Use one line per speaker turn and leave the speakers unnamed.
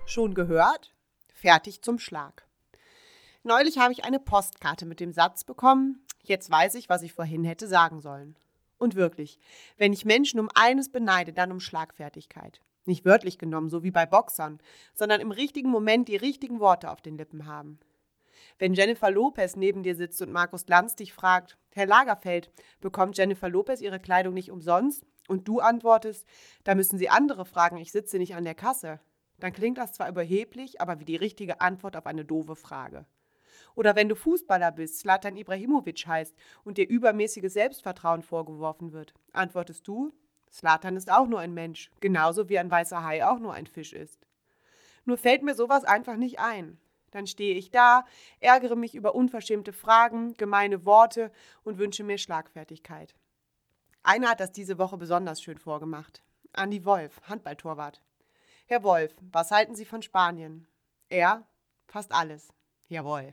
Schon gehört? Fertig zum Schlag. Neulich habe ich eine Postkarte mit dem Satz bekommen: Jetzt weiß ich, was ich vorhin hätte sagen sollen. Und wirklich, wenn ich Menschen um eines beneide, dann um Schlagfertigkeit. Nicht wörtlich genommen, so wie bei Boxern, sondern im richtigen Moment die richtigen Worte auf den Lippen haben. Wenn Jennifer Lopez neben dir sitzt und Markus Lanz dich fragt: Herr Lagerfeld, bekommt Jennifer Lopez ihre Kleidung nicht umsonst? Und du antwortest: Da müssen Sie andere fragen, ich sitze nicht an der Kasse. Dann klingt das zwar überheblich, aber wie die richtige Antwort auf eine doofe Frage. Oder wenn du Fußballer bist, Zlatan Ibrahimovic heißt und dir übermäßiges Selbstvertrauen vorgeworfen wird, antwortest du: Zlatan ist auch nur ein Mensch, genauso wie ein weißer Hai auch nur ein Fisch ist. Nur fällt mir sowas einfach nicht ein. Dann stehe ich da, ärgere mich über unverschämte Fragen, gemeine Worte und wünsche mir Schlagfertigkeit. Einer hat das diese Woche besonders schön vorgemacht. Andi Wolf, Handballtorwart. Herr Wolf, was halten Sie von Spanien? Er: Fast alles. Jawohl.